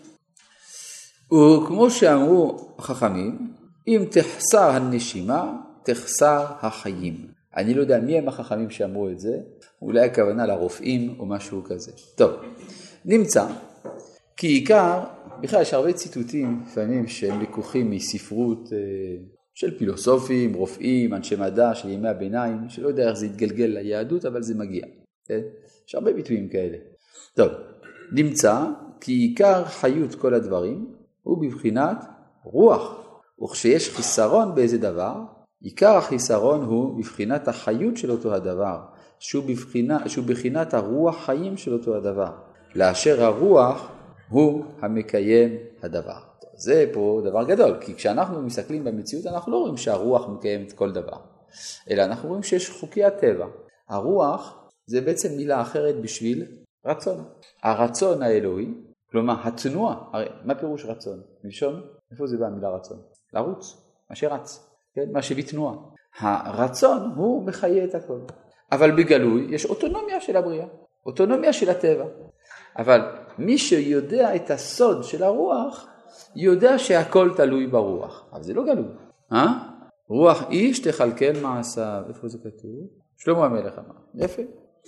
וכמו שאמרו החכמים, אם תחסר הנשימה, תחסר החיים. אני לא יודע מי הם החכמים שאמרו את זה, אולי הכוונה לרופאים או משהו כזה. טוב, נמצא, כי עיקר, בכלל יש הרבה ציטוטים לפעמים שהם לקוחים מספרות של פילוסופים, רופאים, אנשי מדע של ימי הביניים, שלא יודע איך זה יתגלגל ליהדות, אבל זה מגיע. כן? יש הרבה ביטויים כאלה. טוב, נמצא, כי עיקר חיות כל הדברים הוא בבחינת רוח. וכשיש חיסרון באיזה דבר, עיקר החיסרון הוא בבחינת החיות של אותו הדבר, שהוא בבחינת, שהוא בבחינת הרוח חיים של אותו הדבר, לאשר הרוח הוא המקיים הדבר. טוב, זה פה דבר גדול, כי כשאנחנו מסתכלים במציאות אנחנו לא רואים שהרוח מקיים את כל דבר, אלא אנחנו רואים שיש חוקי הטבע. הרוח זה בעצם מילה אחרת בשביל רצון. הרצון האלוהי, כלומר התנועה, הרי מה פירוש רצון? מלשון, איפה זה בא המילה רצון? לרוץ, מה שרץ. כן? מה שבתנועה. הרצון הוא מחיה את הכל. אבל בגלוי יש אוטונומיה של הבריאה, אוטונומיה של הטבע. אבל מי שיודע את הסוד של הרוח, יודע שהכל תלוי ברוח. אבל זה לא גלוי. אה? רוח איש תכלכל מעשיו. איפה זה כתוב? שלמה המלך אמר. יפה.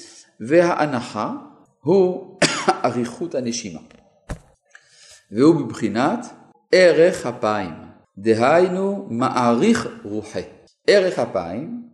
וההנחה הוא אריכות הנשימה. והוא בבחינת ערך אפיים. דהיינו מעריך רוחי. ערך אפיים,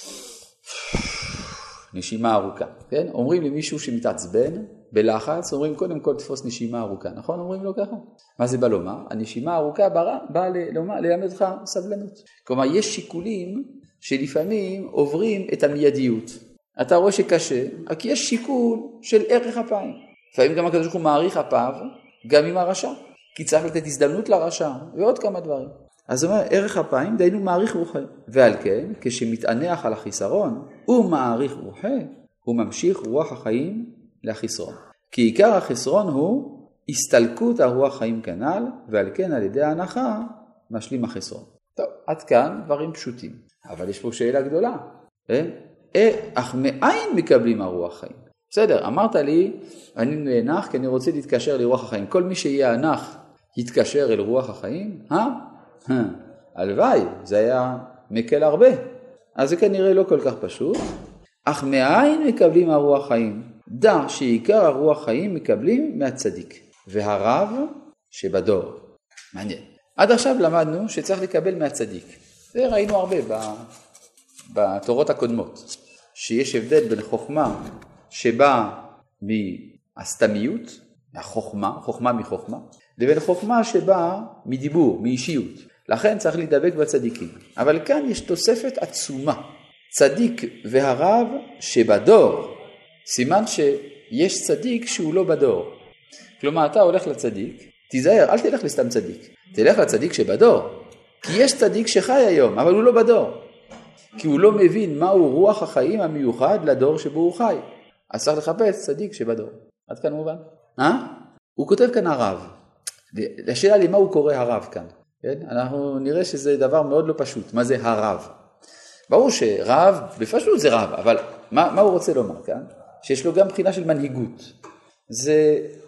נשימה ארוכה. כן? אומרים למישהו שמתעצבן בלחץ, אומרים קודם כל תפוס נשימה ארוכה. נכון? אומרים לו ככה. מה זה בא לומר? הנשימה הארוכה באה בא ללמד אותך סבלנות. כלומר, יש שיקולים שלפעמים עוברים את המיידיות. אתה רואה שקשה, כי יש שיקול של ערך אפיים. לפעמים גם הקדוש ברוך הוא מעריך אפיו, גם עם הרשע. כי צריך לתת הזדמנות לרשע, ועוד כמה דברים. אז זאת אומרת, ערך אפיים, דיינו מעריך רוחי. ועל כן, כשמתענח על החיסרון, הוא מעריך רוחי, הוא ממשיך רוח החיים לחיסרון. כי עיקר החיסרון הוא הסתלקות הרוח חיים כנל, ועל כן על ידי ההנחה משלים החיסרון. טוב, עד כאן דברים פשוטים. אבל יש פה שאלה גדולה. אה? אה, אך מאין מקבלים הרוח חיים? בסדר, אמרת לי, אני נאנח כי אני רוצה להתקשר לרוח החיים. כל מי שיענח יתקשר אל רוח החיים, אה? הלוואי, זה היה מקל הרבה. אז זה כנראה לא כל כך פשוט. אך מאין מקבלים הרוח חיים? דע שעיקר הרוח חיים מקבלים מהצדיק. והרב שבדור. מעניין. עד עכשיו למדנו שצריך לקבל מהצדיק. זה ראינו הרבה בתורות הקודמות. שיש הבדל בין חוכמה שבאה מהסתמיות, מהחוכמה, חוכמה מחוכמה, לבין חוכמה שבאה מדיבור, מאישיות. לכן צריך להידבק בצדיקים. אבל כאן יש תוספת עצומה. צדיק והרב שבדור. סימן שיש צדיק שהוא לא בדור. כלומר, אתה הולך לצדיק, תיזהר, אל תלך לסתם צדיק. תלך לצדיק שבדור. כי יש צדיק שחי היום, אבל הוא לא בדור. כי הוא לא מבין מהו רוח החיים המיוחד לדור שבו הוא חי. אז צריך לחפש צדיק שבדור. עד כאן מובן? אה? הוא כותב כאן הרב. לשאלה לי מה הוא קורא הרב כאן. כן? אנחנו נראה שזה דבר מאוד לא פשוט. מה זה הרב? ברור שרב, בפשוט זה רב, אבל מה, מה הוא רוצה לומר כאן? שיש לו גם בחינה של מנהיגות. זה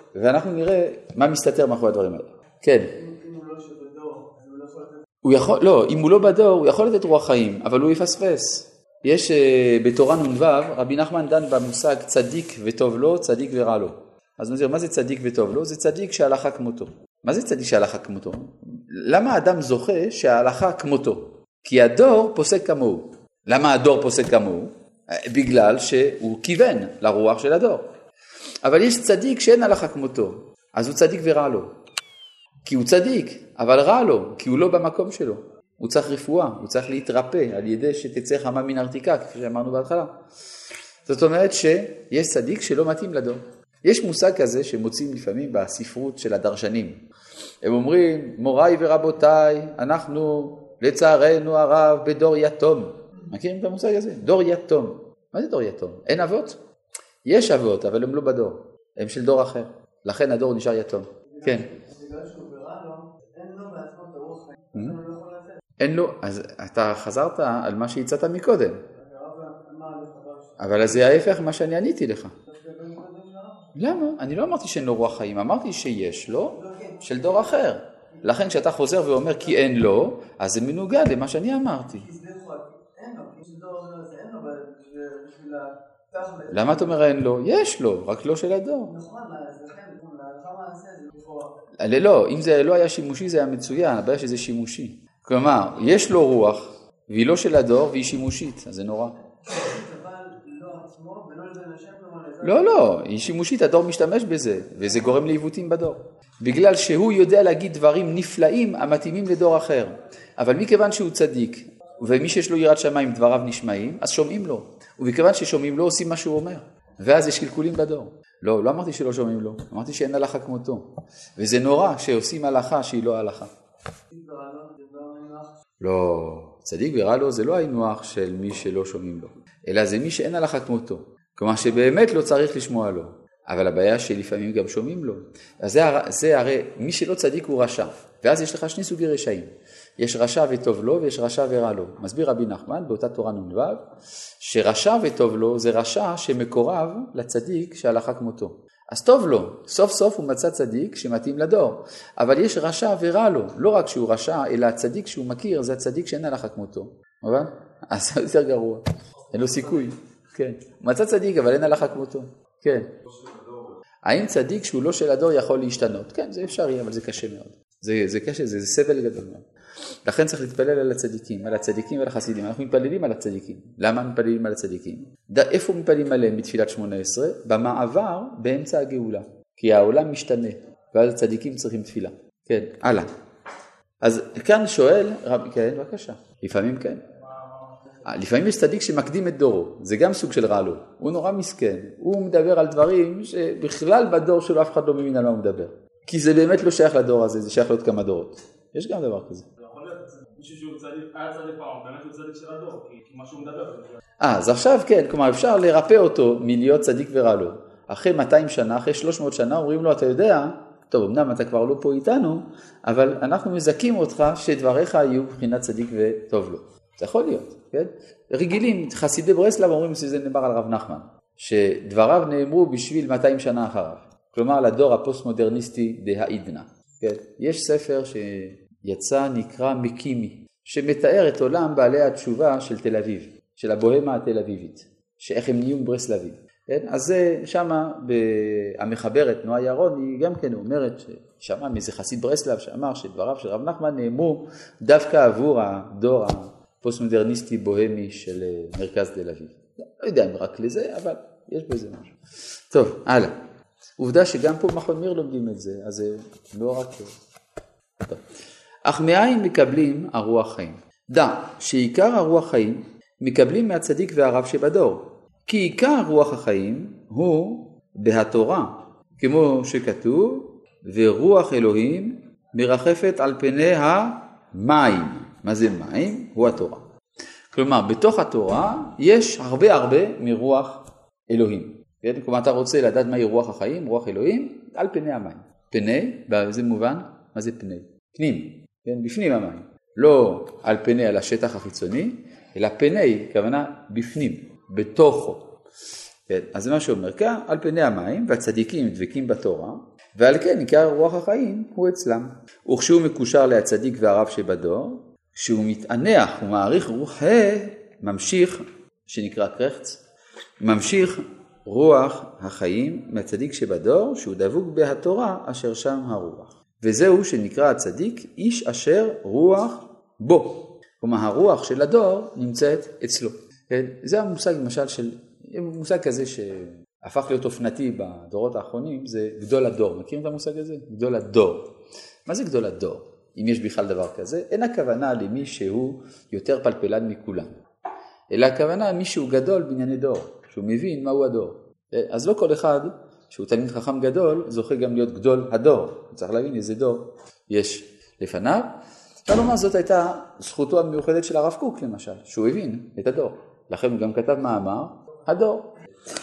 ואנחנו נראה מה מסתתר מאחורי הדברים האלה. כן. אם הוא לא שבדור, אז הוא לא יכול לתת... הוא יכול, לא, אם הוא לא בדור, הוא יכול לתת רוח חיים, אבל הוא יפספס. יש בתורה נ"ו, רבי נחמן דן במושג צדיק וטוב לו, צדיק ורע לו. אז הוא אומר, מה זה צדיק וטוב לו? זה צדיק שההלכה כמותו. מה זה צדיק שההלכה כמותו? למה האדם זוכה שההלכה כמותו? כי הדור פוסק כמוהו. למה הדור פוסק כמוהו? בגלל שהוא כיוון לרוח של הדור. אבל יש צדיק שאין הלכה כמותו, אז הוא צדיק ורע לו. כי הוא צדיק, אבל רע לו, כי הוא לא במקום שלו. הוא צריך רפואה, הוא צריך להתרפא על ידי שתצא חמה מן ארתיקה, כפי שאמרנו בהתחלה. זאת אומרת שיש צדיק שלא מתאים לדור. יש מושג כזה שמוצאים לפעמים בספרות של הדרשנים. הם אומרים, מוריי ורבותיי, אנחנו לצערנו הרב בדור יתום. מכירים את המושג הזה? דור יתום. מה זה דור יתום? אין אבות? יש אבות, אבל הם לא בדור. הם של דור אחר. לכן הדור נשאר יתום. כן. בגלל שהוא ברע לו, אין לו בעצמו את הרוח חיים. הוא לא יכול לתת. אין לו, אז אתה חזרת על מה שהצעת מקודם. אבל זה ההפך מה שאני עניתי לך. למה? אני לא אמרתי שאין לו רוח חיים, אמרתי שיש לו של דור אחר. לכן כשאתה חוזר ואומר כי אין לו, אז זה מנוגד למה שאני אמרתי. למה אתה אומר אין לו? יש לו, רק לא של הדור. לא, אם זה לא היה שימושי זה היה מצוין, הבעיה שזה שימושי. כלומר, יש לו רוח, והיא לא של הדור והיא שימושית, אז זה נורא. לא, לא, היא שימושית, הדור משתמש בזה, וזה גורם לעיוותים בדור. בגלל שהוא יודע להגיד דברים נפלאים המתאימים לדור אחר. אבל מכיוון שהוא צדיק, ומי שיש לו יראת שמיים דבריו נשמעים, אז שומעים לו. ובכיוון ששומעים לו עושים מה שהוא אומר. ואז יש קלקולים בדור. לא, לא אמרתי שלא שומעים לו, אמרתי שאין הלכה כמותו. וזה נורא שעושים הלכה שהיא לא הלכה. לא, צדיק ורע לו זה לא העינוח של מי שלא שומעים לו, אלא זה מי שאין הלכה כמותו. כלומר שבאמת לא צריך לשמוע לו, אבל הבעיה שלפעמים גם שומעים לו. אז זה, זה הרי מי שלא צדיק הוא רשע, ואז יש לך שני סוגי רשעים. יש רשע וטוב לו ויש רשע ורע לו. מסביר רבי נחמן באותה תורה נ"ו, שרשע וטוב לו זה רשע שמקורב לצדיק שהלכה כמותו. אז טוב לו, סוף סוף הוא מצא צדיק שמתאים לדור. אבל יש רשע ורע לו, לא רק שהוא רשע, אלא הצדיק שהוא מכיר, זה הצדיק שאין הלכה כמותו. אבל? אז זה יותר גרוע. אין לו סיכוי. כן. הוא מצא צדיק, אבל אין הלכה כמותו. כן. האם צדיק שהוא לא של הדור יכול להשתנות? כן, זה אפשרי, אבל זה קשה מאוד. זה, זה קשה, זה, זה סבל גדול מאוד. לכן צריך להתפלל על הצדיקים, על הצדיקים ועל החסידים. אנחנו מתפללים על הצדיקים. למה מתפללים על הצדיקים? איפה מתפללים עליהם בתפילת שמונה עשרה? במעבר באמצע הגאולה. כי העולם משתנה, ואז הצדיקים צריכים תפילה. כן, הלאה. אז כאן שואל, רב, כן, בבקשה. לפעמים כן. לפעמים יש צדיק שמקדים את דורו. זה גם סוג של רע לו. הוא נורא מסכן. הוא מדבר על דברים שבכלל בדור שלו אף אחד לא מבין על מה הוא מדבר. כי זה באמת לא שייך לדור הזה, זה שייך לעוד כמה דורות. יש גם דבר כזה. מישהו שהוא צדיק, היה צדיק פעם, באמת הוא צדיק של הדור, כי מה שהוא מדבר. אה, אז עכשיו כן, כלומר אפשר לרפא אותו מלהיות צדיק ורע לו. אחרי מאתיים שנה, אחרי שלוש מאות שנה, אומרים לו, אתה יודע, טוב, אמנם אתה כבר לא פה איתנו, אבל אנחנו מזכים אותך שדבריך היו בחינת צדיק וטוב לו. זה יכול להיות, כן? רגילים, חסידי ברסלב אומרים שזה נאמר על רב נחמן, שדבריו נאמרו בשביל מאתיים שנה אחריו. כלומר, לדור הפוסט-מודרניסטי דהאידנה. כן? יש ספר שיצא נקרא מקימי, שמתאר את עולם בעלי התשובה של תל אביב, של הבוהמה התל אביבית, שאיך הם נהיו ברסלבים. כן? אז זה שמה, המחברת נועה ירון, היא גם כן אומרת, ששמע מאיזה חסיד ברסלב שאמר שדבריו של רב נחמן נאמרו דווקא עבור הדור הפוסט-מודרניסטי בוהמי של מרכז תל אביב. לא יודע אם רק לזה, אבל יש בזה משהו. טוב, הלאה. עובדה שגם פה מכון מיר לומדים את זה, אז זה לא רק... טוב. אך מאין מקבלים הרוח חיים? דע שעיקר הרוח חיים מקבלים מהצדיק והרב שבדור. כי עיקר רוח החיים הוא בהתורה, כמו שכתוב, ורוח אלוהים מרחפת על פני המים. מה זה מים? הוא התורה. כלומר, בתוך התורה יש הרבה הרבה מרוח אלוהים. כן? כלומר, אתה רוצה לדעת מהי רוח החיים, רוח אלוהים, על פני המים. פני, באיזה מובן? מה זה פני? פנים, כן? בפנים המים. לא על פני, על השטח החיצוני, אלא פני, כוונה בפנים, בתוכו. כן? אז זה מה שאומר כאן, על פני המים, והצדיקים דבקים בתורה, ועל כן עיקר רוח החיים הוא אצלם. וכשהוא מקושר להצדיק והרב שבדור, כשהוא מתענח ומעריך רוח, ממשיך, שנקרא קרחץ, ממשיך רוח החיים מהצדיק שבדור, שהוא דבוק בהתורה אשר שם הרוח. וזהו שנקרא הצדיק, איש אשר רוח בו. כלומר, הרוח של הדור נמצאת אצלו. זה המושג, למשל, של, מושג כזה שהפך להיות אופנתי בדורות האחרונים, זה גדול הדור. מכירים את המושג הזה? גדול הדור. מה זה גדול הדור? אם יש בכלל דבר כזה, אין הכוונה למי שהוא יותר פלפלן מכולם. אלא הכוונה מי שהוא גדול בענייני דור, שהוא מבין מהו הדור. אז לא כל אחד שהוא תלמיד חכם גדול, זוכה גם להיות גדול הדור. צריך להבין איזה דור יש לפניו. אפשר לומר, זאת הייתה זכותו המיוחדת של הרב קוק למשל, שהוא הבין את הדור. לכן הוא גם כתב מאמר, הדור.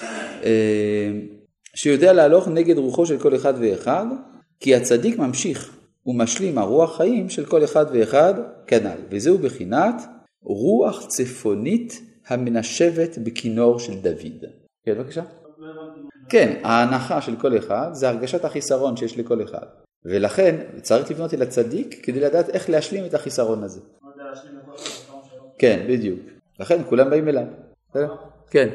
שיודע להלוך נגד רוחו של כל אחד ואחד, כי הצדיק ממשיך ומשלים הרוח חיים של כל אחד ואחד כנ"ל. וזהו בחינת רוח צפונית המנשבת בכינור של דוד. כן, בבקשה. כן, ההנחה של כל אחד זה הרגשת החיסרון שיש לכל אחד. ולכן צריך לפנות אל הצדיק כדי לדעת איך להשלים את החיסרון הזה. כן, בדיוק. לכן כולם באים אליו. כן.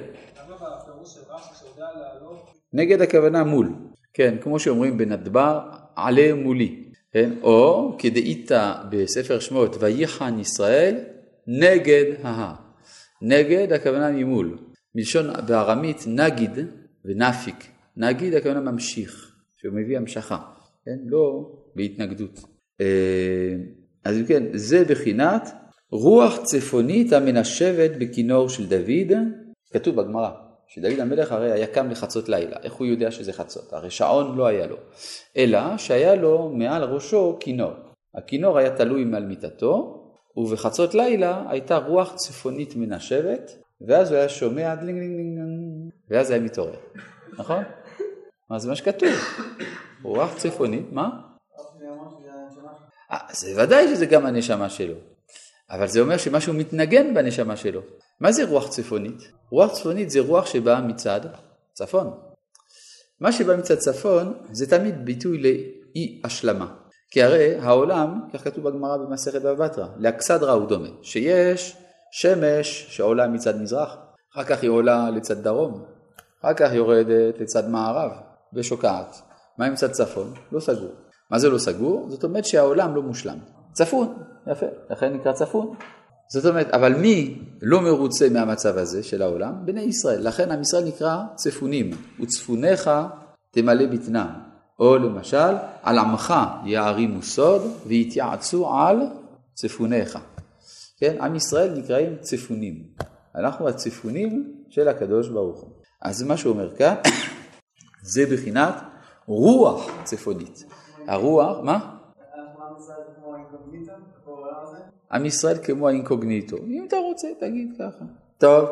נגד הכוונה מול. כן, כמו שאומרים בנדבר, עלה מולי. או כדאית בספר שמות, ויחן ישראל נגד ההר. נגד הכוונה ממול. מלשון בארמית נגיד ונפיק. נגיד הכוונה ממשיך, שהוא מביא המשכה. כן? לא בהתנגדות. אז כן, זה בחינת רוח צפונית המנשבת בכינור של דוד. כתוב בגמרא, שדוד המלך הרי היה קם לחצות לילה. איך הוא יודע שזה חצות? הרי שעון לא היה לו. אלא שהיה לו מעל ראשו כינור. הכינור היה תלוי מעל מיטתו, ובחצות לילה הייתה רוח צפונית מנשבת, ואז הוא היה שומע דלינג דלינג דלינג, ואז היה מתעורר. נכון? מה זה מה שכתוב? רוח צפונית, מה? זה ודאי שזה גם הנשמה שלו. אבל זה אומר שמשהו מתנגן בנשמה שלו. מה זה רוח צפונית? רוח צפונית זה רוח שבאה מצד צפון. מה שבא מצד צפון זה תמיד ביטוי לאי השלמה. כי הרי העולם, כך כתוב בגמרא במסכת בבא בתרא, לאכסדרה הוא דומה. שיש שמש שעולה מצד מזרח, אחר כך היא עולה לצד דרום, אחר כך יורדת לצד מערב ושוקעת. מה עם צד צפון? לא סגור. מה זה לא סגור? זאת אומרת שהעולם לא מושלם. צפון, יפה, לכן נקרא צפון. זאת אומרת, אבל מי לא מרוצה מהמצב הזה של העולם? בני ישראל. לכן עם ישראל נקרא צפונים. וצפונך תמלא בטנם. או למשל, על עמך יערימו סוד ויתייעצו על צפונך. כן? עם ישראל נקראים צפונים. אנחנו הצפונים של הקדוש ברוך הוא. אז מה שהוא אומר כאן, זה בחינת רוח צפונית. הרוח, מה? עם ישראל כמו האינקוגניטו. אם אתה רוצה, תגיד ככה. טוב.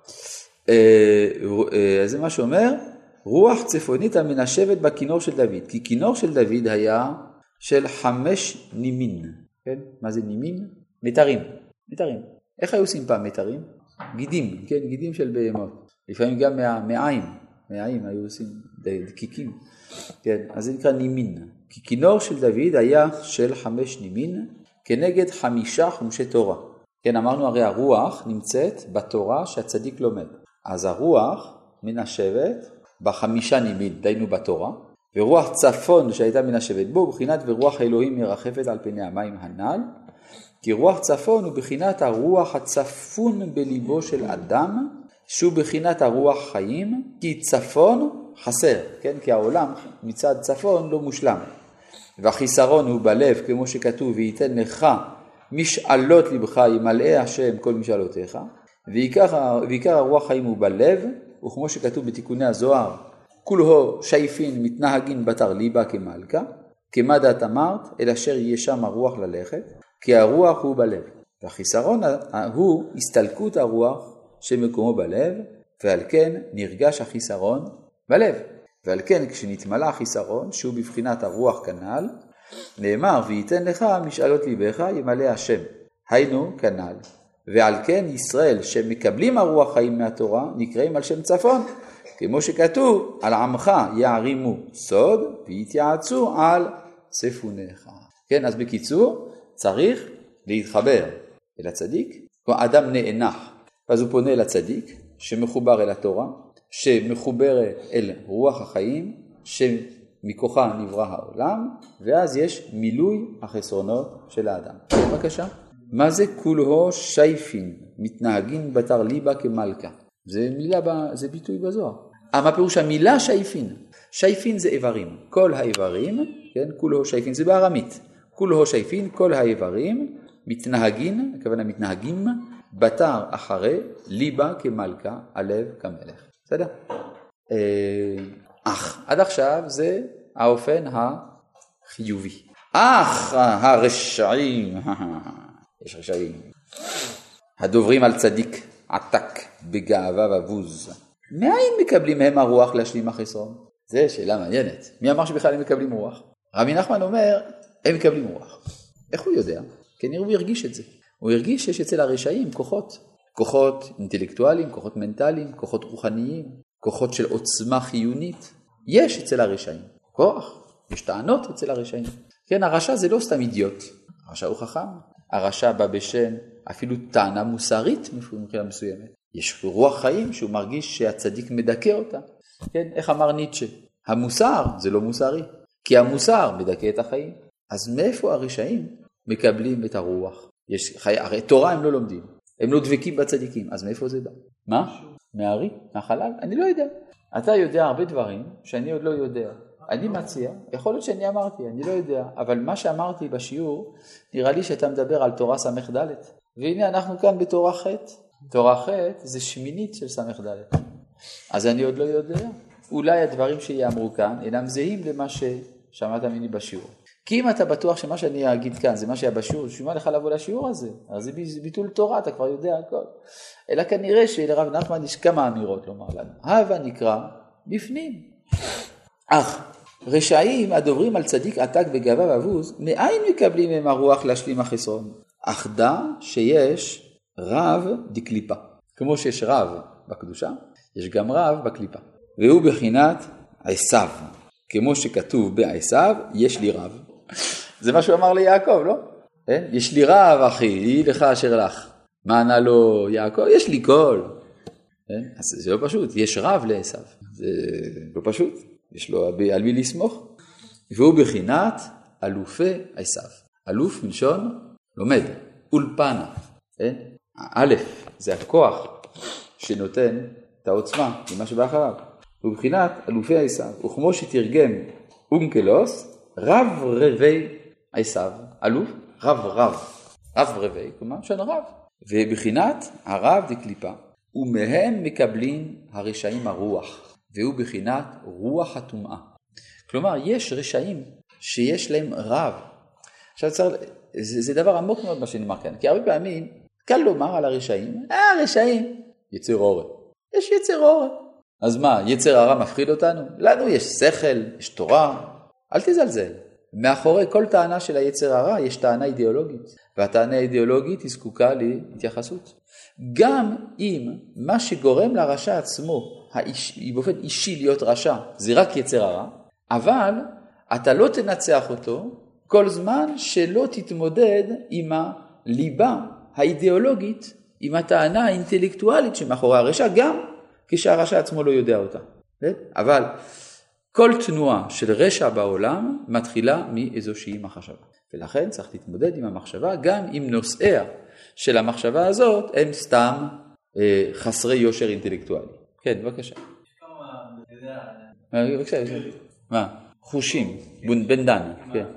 אז זה מה שאומר, רוח צפונית המנשבת בכינור של דוד. כי כינור של דוד היה של חמש נימין. כן? מה זה נימין? מטרים. מטרים. איך היו עושים פעם מטרים? גידים, כן? גידים של בהמות. לפעמים גם מהעין. מהעין היו עושים דקיקים. כן? אז זה נקרא נימין. כי כינור של דוד היה של חמש נימין, כנגד חמישה חומשי תורה. כן, אמרנו הרי הרוח נמצאת בתורה שהצדיק לומד. אז הרוח מנשבת בחמישה נימין, דיינו בתורה, ורוח צפון שהייתה מנשבת בו, בחינת ורוח אלוהים מרחפת על פני המים הנ"ל, כי רוח צפון הוא בחינת הרוח הצפון בליבו של אדם, שהוא בחינת הרוח חיים, כי צפון חסר, כן? כי העולם מצד צפון לא מושלם. והחיסרון הוא בלב, כמו שכתוב, וייתן לך משאלות לבך, ימלא השם כל משאלותיך, ועיקר, ועיקר הרוח חיים הוא בלב, וכמו שכתוב בתיקוני הזוהר, כולו שייפין מתנהגין בתר ליבה כמלכה, כמה דעת אמרת, אל אשר יהיה שם הרוח ללכת, כי הרוח הוא בלב. והחיסרון הוא הסתלקות הרוח שמקומו בלב, ועל כן נרגש החיסרון בלב. ועל כן כשנתמלא החיסרון, שהוא בבחינת הרוח כנ"ל, נאמר וייתן לך משאלות ליבך ימלא השם. היינו כנ"ל. ועל כן ישראל שמקבלים הרוח חיים מהתורה נקראים על שם צפון, כמו שכתוב, על עמך יערימו סוד ויתייעצו על צפונך. כן, אז בקיצור, צריך להתחבר אל הצדיק, כמו אדם נאנח, אז הוא פונה אל הצדיק, שמחובר אל התורה, שמחוברת אל רוח החיים, שמכוחה נברא העולם, ואז יש מילוי החסרונות של האדם. בבקשה. מה זה כולו שייפין, מתנהגים בתר ליבה כמלכה? זה מילה, זה ביטוי בזוהר. מה פירוש המילה שייפין? שייפין זה איברים. כל האיברים, כן, כולו שייפין, זה בארמית. כולו שייפין, כל האיברים, מתנהגים, הכוונה מתנהגים, בתר אחרי ליבה כמלכה, הלב כמלך. בסדר? אך, עד עכשיו זה האופן החיובי. אך הרשעים, יש רשעים, הדוברים על צדיק עתק בגאווה ובוז. מאין מקבלים הם הרוח להשלים החסרון? זו שאלה מעניינת. מי אמר שבכלל הם מקבלים רוח? רבי נחמן אומר, הם מקבלים רוח. איך הוא יודע? כנראה הוא הרגיש את זה. הוא הרגיש שיש אצל הרשעים כוחות. כוחות אינטלקטואליים, כוחות מנטליים, כוחות רוחניים, כוחות של עוצמה חיונית. יש אצל הרשעים כוח, יש טענות אצל הרשעים. כן, הרשע זה לא סתם אידיוט. הרשע הוא חכם. הרשע בא בשם אפילו טענה מוסרית מבחינה מסוימת. יש רוח חיים שהוא מרגיש שהצדיק מדכא אותה. כן, איך אמר ניטשה? המוסר זה לא מוסרי, כי המוסר מדכא את החיים. אז מאיפה הרשעים מקבלים את הרוח? יש חי... הרי תורה הם לא לומדים, הם לא דבקים בצדיקים, אז מאיפה זה בא? מה? מהארי? מהחלל? אני לא יודע. אתה יודע הרבה דברים שאני עוד לא יודע. אני מציע, יכול להיות שאני אמרתי, אני לא יודע, אבל מה שאמרתי בשיעור, נראה לי שאתה מדבר על תורה סמך ד', והנה אנחנו כאן בתורה ח'. תורה ח' זה שמינית של סמך ד'. אז אני עוד לא יודע. אולי הדברים שיאמרו כאן אינם זהים למה ששמעת ממני בשיעור. כי אם אתה בטוח שמה שאני אגיד כאן זה מה שהיה בשיעור, שמה לך לבוא לשיעור הזה? אז זה ביטול תורה, אתה כבר יודע הכל. אלא כנראה שלרב נחמן יש כמה אמירות לומר לנו. הווה נקרא בפנים. אך רשעים הדוברים על צדיק עתק בגאווה ובוז, מאין מקבלים הם הרוח להשלים החסרון? אך דע שיש רב דקליפה. כמו שיש רב בקדושה, יש גם רב בקליפה. והוא בחינת עשיו. כמו שכתוב בעשיו, יש לי רב. זה מה שהוא אמר ליעקב, לא? כן? יש לי רב, אחי, יהי לך אשר לך. מה ענה לו יעקב? יש לי קול. כן? אז זה לא פשוט, יש רב לעשיו. זה לא פשוט, יש לו על מי לסמוך. והוא בחינת אלופי עשיו. אלוף מלשון לומד, אולפנה. כן? א', זה הכוח שנותן את העוצמה ממה שבא אחריו. ובחינת אלופי עשיו, וכמו שתרגם אונקלוס, רב רבי עשיו, אלוף, רב רב, רב רבי, כלומר שון רב, ובחינת הרב דקליפה, ומהם מקבלים הרשעים הרוח, והוא בחינת רוח הטומאה. כלומר, יש רשעים שיש להם רב. עכשיו צריך, זה, זה דבר עמוק מאוד מה שנאמר כאן, כי הרבה פעמים קל לומר על הרשעים, אה, הרשעים, יצר אורה. יש יצר אורה. אז מה, יצר הרע מפחיד אותנו? לנו יש שכל, יש תורה, אל תזלזל. מאחורי כל טענה של היצר הרע יש טענה אידיאולוגית, והטענה האידיאולוגית היא זקוקה להתייחסות. גם אם מה שגורם לרשע עצמו, האיש, באופן אישי להיות רשע, זה רק יצר הרע, אבל אתה לא תנצח אותו כל זמן שלא תתמודד עם הליבה האידיאולוגית, עם הטענה האינטלקטואלית שמאחורי הרשע, גם כשהרשע עצמו לא יודע אותה. אבל כל תנועה של רשע בעולם מתחילה מאיזושהי מחשבה. ולכן צריך להתמודד עם המחשבה, גם אם נושאיה של המחשבה הזאת הם סתם אה, חסרי יושר אינטלקטואלי. כן, בבקשה. בבקשה, מה? חושים, בן דן. כן.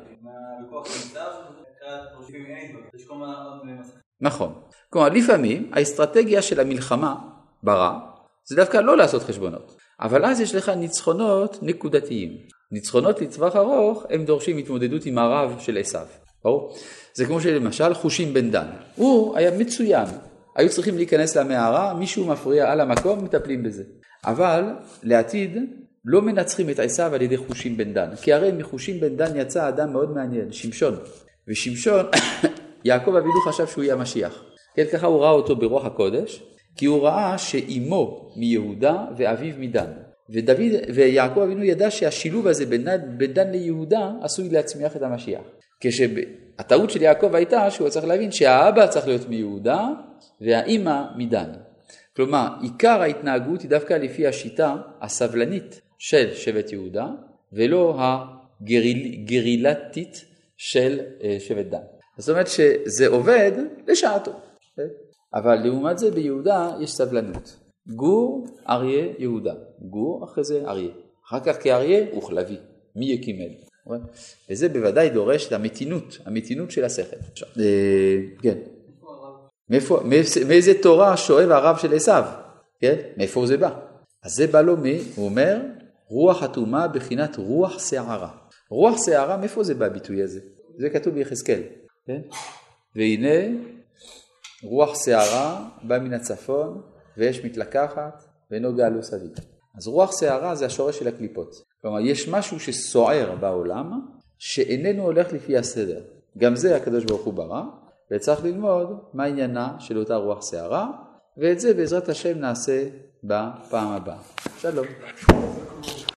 נכון. כלומר, לפעמים האסטרטגיה של המלחמה ברע, זה דווקא לא לעשות חשבונות. אבל אז יש לך ניצחונות נקודתיים. ניצחונות לטווח ארוך הם דורשים התמודדות עם הרב של עשיו. ברור? זה כמו שלמשל חושים בן דן. הוא היה מצוין. היו צריכים להיכנס למערה, מישהו מפריע על המקום, מטפלים בזה. אבל לעתיד לא מנצחים את עשיו על ידי חושים בן דן. כי הרי מחושים בן דן יצא אדם מאוד מעניין, שמשון. ושמשון, יעקב אבינו חשב שהוא יהיה המשיח. כן, ככה הוא ראה אותו ברוח הקודש. כי הוא ראה שאימו מיהודה ואביו מדן. ודוד, ויעקב אבינו ידע שהשילוב הזה בין, בין דן ליהודה עשוי להצמיח את המשיח. כשהטעות של יעקב הייתה שהוא צריך להבין שהאבא צריך להיות מיהודה והאימא מדן. כלומר, עיקר ההתנהגות היא דווקא לפי השיטה הסבלנית של שבט יהודה, ולא הגרילתית של שבט דן. זאת אומרת שזה עובד לשעתו. אבל לעומת זה ביהודה יש סבלנות. גור, אריה, יהודה. גור, אחרי זה אריה. אחר כך כאריה הוא חלבי. מי יקימל? וזה בוודאי דורש את המתינות, המתינות של השכל. כן. מאיפה, מאיזה תורה שואב הרב של עשיו? כן? מאיפה זה בא? אז זה בא לו מי? הוא אומר, רוח אטומה בחינת רוח שערה. רוח שערה, מאיפה זה בא הביטוי הזה? זה כתוב ביחזקאל. כן? והנה, רוח שערה בא מן הצפון, ויש מתלקחת, ונוגע לו סביב. אז רוח שערה זה השורש של הקליפות. כלומר, יש משהו שסוער בעולם, שאיננו הולך לפי הסדר. גם זה הקדוש ברוך הוא ברא, וצריך ללמוד מה עניינה של אותה רוח שערה, ואת זה בעזרת השם נעשה בפעם הבאה. שלום.